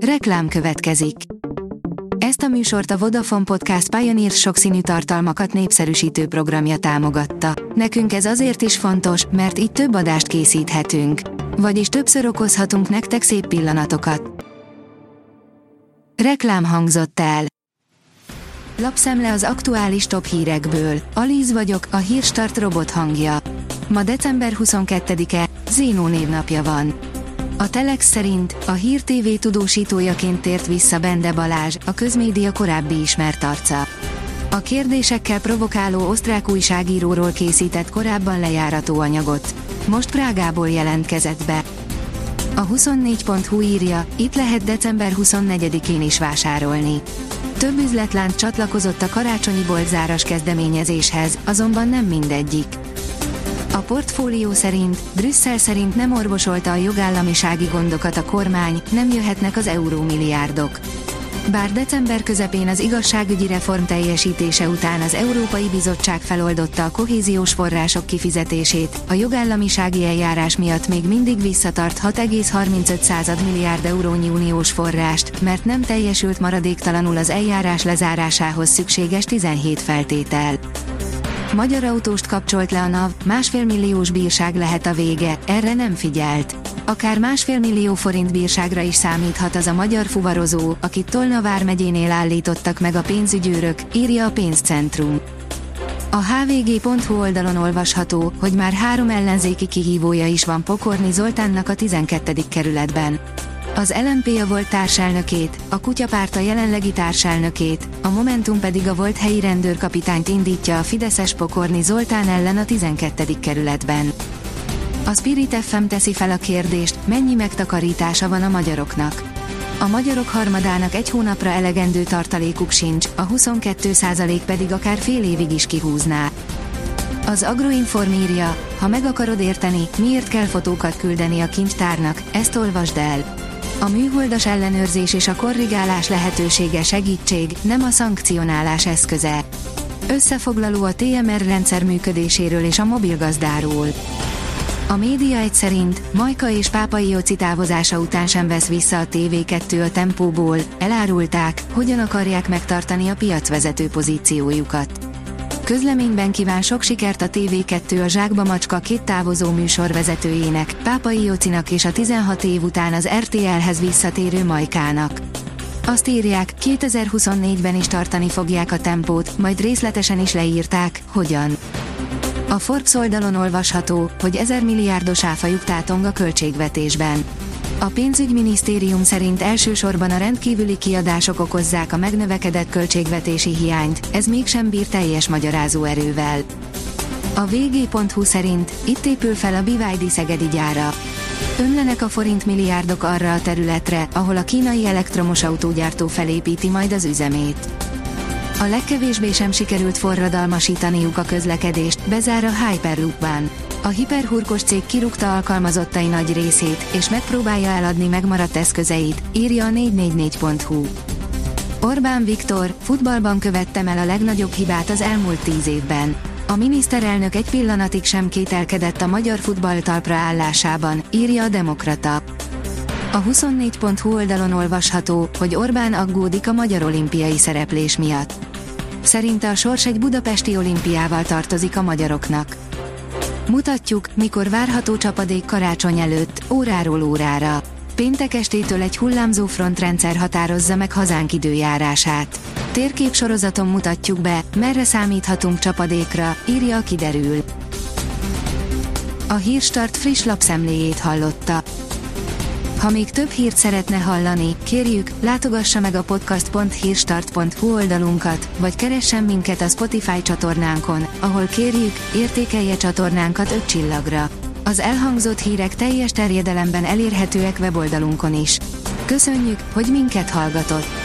Reklám következik. Ezt a műsort a Vodafone Podcast Pioneer sokszínű tartalmakat népszerűsítő programja támogatta. Nekünk ez azért is fontos, mert így több adást készíthetünk. Vagyis többször okozhatunk nektek szép pillanatokat. Reklám hangzott el. Lapszemle az aktuális top hírekből. Alíz vagyok, a Hírstart robot hangja. Ma december 22-e, Zénó névnapja van. A Telex szerint a Hír TV tudósítójaként tért vissza Bende Balázs, a közmédia korábbi ismert arca. A kérdésekkel provokáló osztrák újságíróról készített korábban lejárató anyagot. Most Prágából jelentkezett be. A 24.hu írja, itt lehet december 24-én is vásárolni. Több üzletlánc csatlakozott a karácsonyi boltzáras kezdeményezéshez, azonban nem mindegyik. A Portfólió szerint, Brüsszel szerint nem orvosolta a jogállamisági gondokat a kormány, nem jöhetnek az eurómilliárdok. Bár december közepén az igazságügyi reform teljesítése után az Európai Bizottság feloldotta a kohéziós források kifizetését, a jogállamisági eljárás miatt még mindig visszatart 6,35 milliárd eurónyi uniós forrást, mert nem teljesült maradéktalanul az eljárás lezárásához szükséges 17 feltétel. Magyar autóst kapcsolt le a NAV, 1,5 milliós bírság lehet a vége, erre nem figyelt. Akár 1,5 millió forint bírságra is számíthat az a magyar fuvarozó, akit Tolna vármegyénél állítottak meg a pénzügyőrök, írja a Pénzcentrum. A hvg.hu oldalon olvasható, hogy már 3 ellenzéki kihívója is van Pokorni Zoltánnak a 12. kerületben. Az LMP a volt társelnökét, a Kutyapárt a jelenlegi társelnökét, a Momentum pedig a volt helyi rendőrkapitányt indítja a fideszes Pokorni Zoltán ellen a 12. kerületben. A Spirit FM teszi fel a kérdést, mennyi megtakarítása van a magyaroknak. A magyarok harmadának egy hónapra elegendő tartalékuk sincs, a 22% pedig akár fél évig is kihúzná. Az Agroinform írja, ha meg akarod érteni, miért kell fotókat küldeni a kincstárnak, ezt olvasd el. A műholdas ellenőrzés és a korrigálás lehetősége segítség, nem a szankcionálás eszköze. Összefoglaló a TMR rendszer működéséről és a mobilgazdáról. A Média 1 szerint Majka és Pápai Joci távozása után sem vesz vissza a TV2 a tempóból, elárulták, hogyan akarják megtartani a piacvezető pozíciójukat. Közleményben kíván sok sikert a TV2 a Zsákba Macska 2 távozó műsorvezetőjének, Pápai Jocinak és a 16 év után az RTL-hez visszatérő Majkának. Azt írják, 2024-ben is tartani fogják a tempót, majd részletesen is leírták, hogyan. A Forbes oldalon olvasható, hogy 1000 milliárdos áfajuk tátong a költségvetésben. A pénzügyminisztérium szerint elsősorban a rendkívüli kiadások okozzák a megnövekedett költségvetési hiányt, ez mégsem bír teljes magyarázó erővel. A vg.hu szerint itt épül fel a BYD szegedi gyára. Ömlenek a forintmilliárdok arra a területre, ahol a kínai elektromos autógyártó felépíti majd az üzemét. A legkevésbé sem sikerült forradalmasítaniuk a közlekedést, bezár a Hyperloop-ban. A hiperhurkos cég kirúgta alkalmazottai nagy részét, és megpróbálja eladni megmaradt eszközeit, írja a 444.hu. Orbán Viktor, futballban követtem el a legnagyobb hibát az elmúlt 10 évben. A miniszterelnök egy pillanatig sem kételkedett a magyar futball talpra állásában, írja a Demokrata. A 24.hu oldalon olvasható, hogy Orbán aggódik a magyar olimpiai szereplés miatt. Szerinte a sors egy budapesti olimpiával tartozik a magyaroknak. Mutatjuk, mikor várható csapadék karácsony előtt, óráról órára. Péntek estétől egy hullámzó frontrendszer határozza meg hazánk időjárását. Térképsorozaton mutatjuk be, merre számíthatunk csapadékra, írja a Kiderül. A Hírstart friss lapszemléjét hallotta. Ha még több hírt szeretne hallani, kérjük, látogassa meg a podcast.hírstart.hu oldalunkat, vagy keressen minket a Spotify csatornánkon, ahol kérjük, értékelje csatornánkat 5 csillagra. Az elhangzott hírek teljes terjedelemben elérhetőek weboldalunkon is. Köszönjük, hogy minket hallgatott!